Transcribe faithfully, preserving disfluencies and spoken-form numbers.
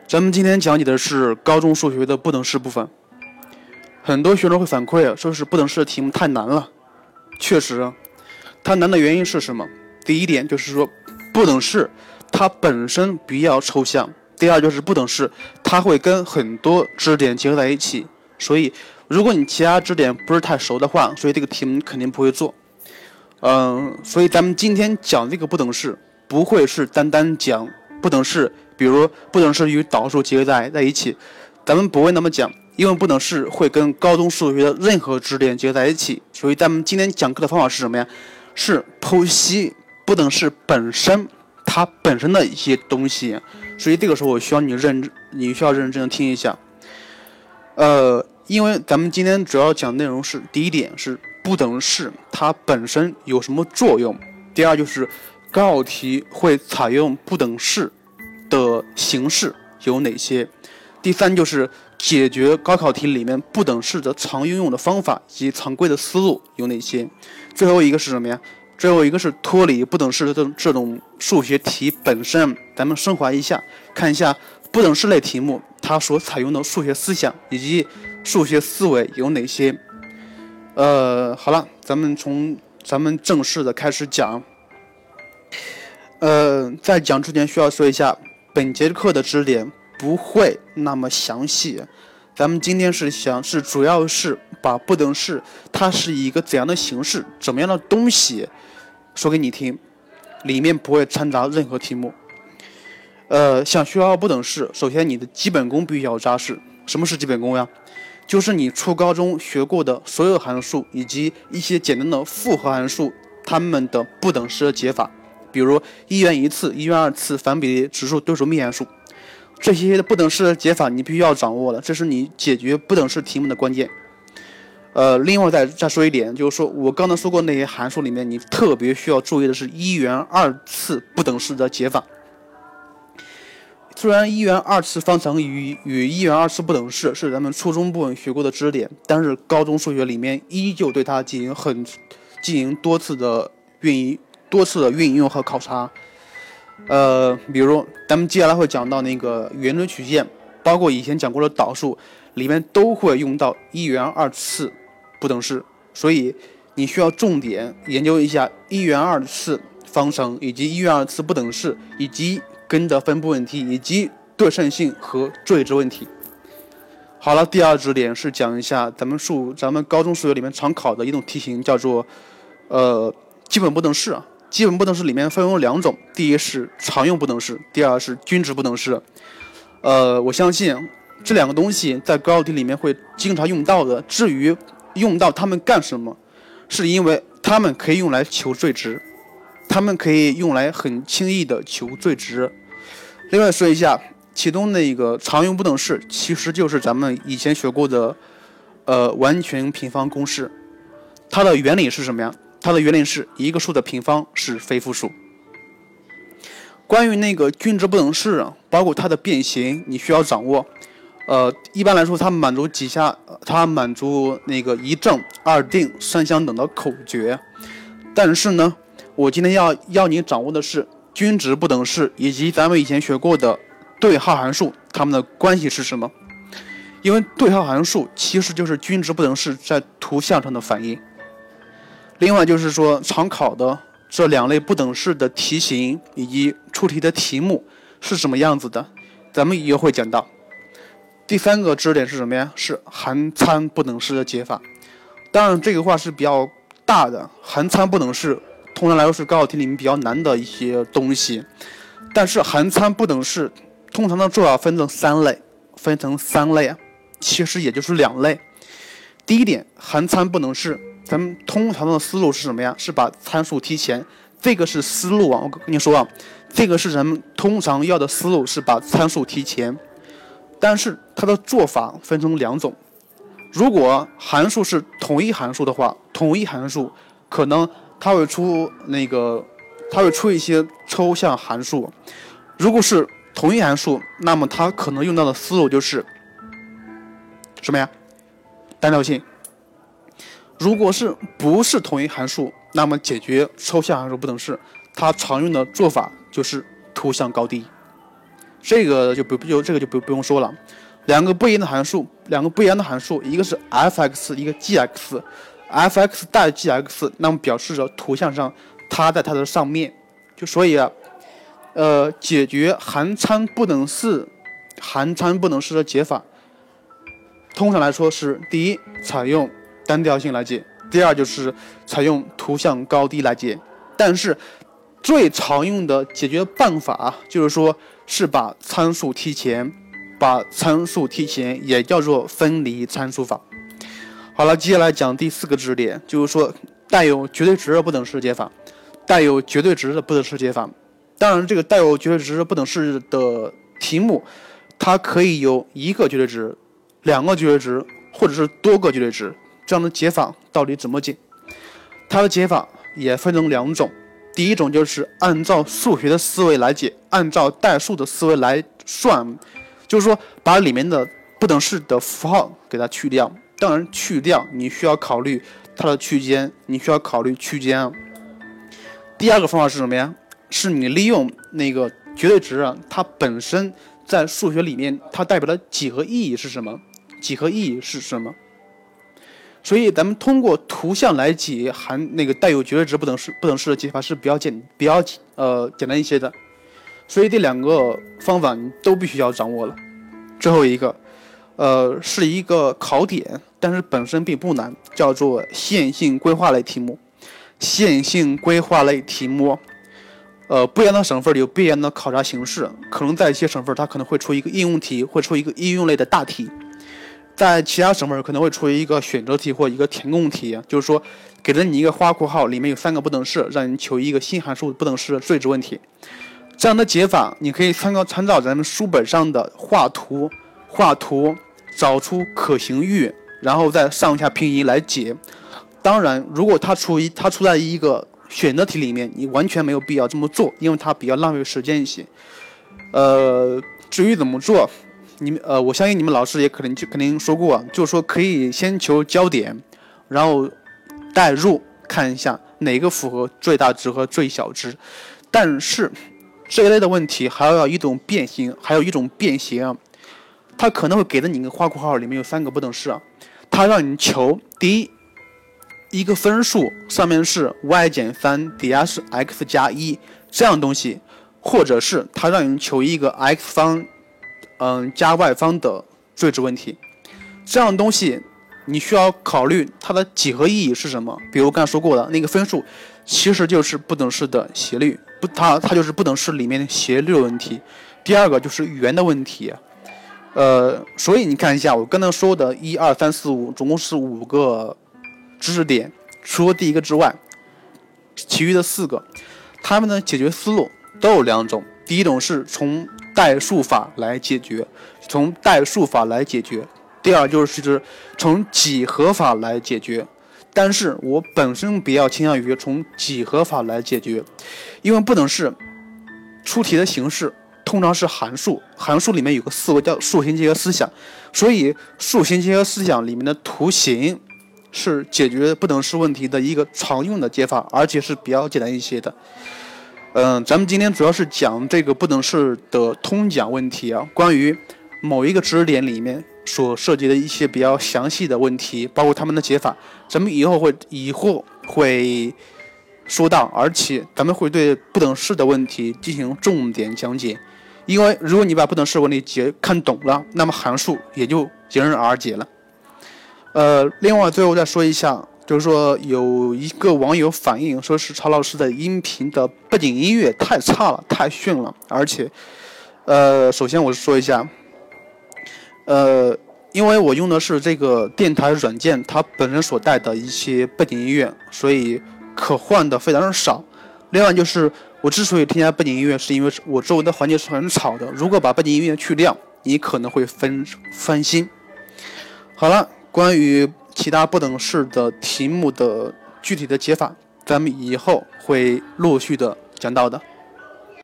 咱们今天讲解的是高中数学的不等式部分。很多学生会反馈说是不等式的题目太难了。确实，它难的原因是什么？第一点就是说不等式它本身比较抽象，第二就是不等式它会跟很多知识点结合在一起，所以如果你其他知识点不是太熟的话，所以这个题目肯定不会做。嗯，所以咱们今天讲这个不等式不会是单单讲不等式，比如不等式与导数结合在在一起，咱们不会那么讲，因为不等式会跟高中数学的任何知识点结合在一起。所以咱们今天讲课的方法是什么呀？是剖析不等式本身它本身的一些东西。所以这个时候我需要你认你需要认真的听一下。呃，因为咱们今天主要讲内容是第一点是不等式它本身有什么作用，第二就是高考题会采用不等式的形式有哪些，第三就是解决高考题里面不等式的常应用的方法以及常规的思路有哪些，最后一个是什么呀？最后一个是脱离不等式的这种这种数学题本身，咱们升华一下，看一下不等式类题目它所采用的数学思想以及数学思维有哪些。呃，好了，咱们从咱们正式的开始讲。呃，在讲之前需要说一下，本节课的知识点不会那么详细。咱们今天是想是主要是把不等式它是一个怎样的形式、怎么样的东西说给你听，里面不会掺杂任何题目。呃，想学好不等式，首先你的基本功必须要扎实。什么是基本功呀？就是你初高中学过的所有函数以及一些简单的复合函数，它们的不等式的解法，比如一元一次、一元二次、反比例、指数、对数、幂函数，这些不等式的解法你必须要掌握了，这是你解决不等式题目的关键。呃，另外再再说一点，就是说我刚才说过那些函数里面，你特别需要注意的是一元二次不等式的解法。虽然一元二次方程与与一元二次不等式是咱们初中部分学过的知识点，但是高中数学里面依旧对它进行很进行多次的运多次的运用和考察。呃，比如咱们接下来会讲到那个圆锥曲线，包括以前讲过的导数，里面都会用到一元二次不等式，所以你需要重点研究一下一元二次方程以及一元二次不等式以及根的分布问题以及对称性和最值问题。好了，第二知识点是讲一下咱们数咱们高中数学里面常考的一种题型，叫做呃基本不等式。基本不等式里面分为两种，第一是常用不等式，第二是均值不等式。呃，我相信这两个东西在高考题里面会经常用到的。至于用到它们干什么，是因为它们可以用来求最值，它们可以用来很轻易的求最值。另外说一下，其中那个常用不等式其实就是咱们以前学过的呃完全平方公式。它的原理是什么呀？它的原理是一个数的平方是非负数。关于那个均值不等式，包括它的变形，你需要掌握。呃，一般来说，它满足几下，它满足那个一正、二定、三相等的口诀。但是呢，我今天要要你掌握的是均值不等式以及咱们以前学过的对号函数，它们的关系是什么？因为对号函数其实就是均值不等式在图像上的反应。另外就是说，常考的这两类不等式的题型以及出题的题目是什么样子的，咱们也会讲到。第三个知识点是什么呀？是含参不等式的解法。当然这个话是比较大的，含参不等式通常来说是高考题里面比较难的一些东西。但是含参不等式通常的做法分成三类，分成三类啊，其实也就是两类。第一点，含参不等式咱们通常的思路是什么呀？是把参数提前，这个是思路啊。我跟你说啊，这个是咱们通常要的思路，是把参数提前。但是它的做法分成两种。如果函数是同一函数的话，同一函数可能它会出那个，它会出一些抽象函数。如果是同一函数，那么它可能用到的思路就是什么呀？单调性。如果是不是同一函数，那么解决抽象函数不等式，它常用的做法就是图像高低。 这个就不就这个就不不用说了。两个不一样的函数，两个不一样的函数，一个是 f(x), 一个 g(x)，f(x) 大于 g(x)， 那么表示着图像上它在它的上面。就所以啊，呃，解决函参不等式，函参不等式的解法，通常来说是第一，采用单调性来解；第二就是采用图像高低来解。但是最常用的解决办法就是说是把参数提前，把参数提前也叫做分离参数法。好了，接下来讲第四个知识点，就是说带有绝对值的不等式解法。带有绝对值的不等式解法，当然这个带有绝对值的不等式的题目，它可以有一个绝对值、两个绝对值，或者是多个绝对值。这样的解法到底怎么解？它的解法也分成两种，第一种就是按照数学的思维来解，按照代数的思维来算，就是说把里面的不等式的符号给它去掉。当然去掉你需要考虑它的区间，你需要考虑区间啊。第二个方法是什么呀？是你利用那个绝对值啊，它本身在数学里面它代表的几何意义是什么？几何意义是什么？所以咱们通过图像来解含那个带有绝对值不等式不等式的解法是比较简比较呃简单一些的。所以这两个方法你都必须要掌握了。最后一个，呃，是一个考点，但是本身并不难，叫做线性规划类题目。线性规划类题目，呃，不一样的省份有不一样的考察形式，可能在一些省份它可能会出一个应用题，会出一个应用类的大题，在其他省份可能会出一个选择题或一个填空题，就是说给了你一个花括号，里面有三个不等式，让你求一个新函数不等式的最值问题。这样的解法你可以参考参照咱们书本上的画图，画图找出可行域，然后再上下平移来解。当然，如果它出一它出在一个选择题里面，你完全没有必要这么做，因为它比较浪费时间一些。呃，至于怎么做，你们呃，我相信你们老师也可能就肯定说过，就是说可以先求焦点，然后代入看一下哪个符合最大值和最小值。但是这一类的问题还要一种变形，还有一种变形啊，它可能会给了你一个花括号，里面有三个不等式啊，它让你求第一。一个分数上面是 y 减三，底下是 x 加一这样东西，或者是它让你求一个 x 方，嗯加 y 方的最值问题，这样东西你需要考虑它的几何意义是什么。比如刚才说过的那个分数，其实就是不等式的斜率，不，它它就是不等式里面的斜率问题。第二个就是语言的问题，呃，所以你看一下我刚才说的一二三四五，总共是五个。知识点除了第一个之外，其余的四个，它们的解决思路都有两种。第一种是从代数法来解决，从代数法来解决；第二就是从几何法来解决。但是我本身比较倾向于从几何法来解决，因为不等式出题的形式通常是函数，函数里面有个思维叫数形结合思想，所以数形结合思想里面的图形。是解决不等式问题的一个常用的解法，而且是比较简单一些的。嗯、呃，咱们今天主要是讲这个不等式的通讲问题啊，关于某一个知识点里面所涉及的一些比较详细的问题，包括他们的解法，咱们以后会以后会说到，而且咱们会对不等式的问题进行重点讲解。因为如果你把不等式问题解看懂了，那么函数也就迎刃而解了。呃，另外最后再说一下，就是说有一个网友反映说是曹老师的音频的背景音乐太差了，太逊了，而且，呃，首先我说一下，呃，因为我用的是这个电台软件，它本身所带的一些背景音乐，所以可换的非常少。另外就是我之所以添加背景音乐，是因为我周围的环境是很吵的，如果把背景音乐去掉，你可能会分分心。好了。关于其他不等式的题目的具体的解法，咱们以后会陆续的讲到的。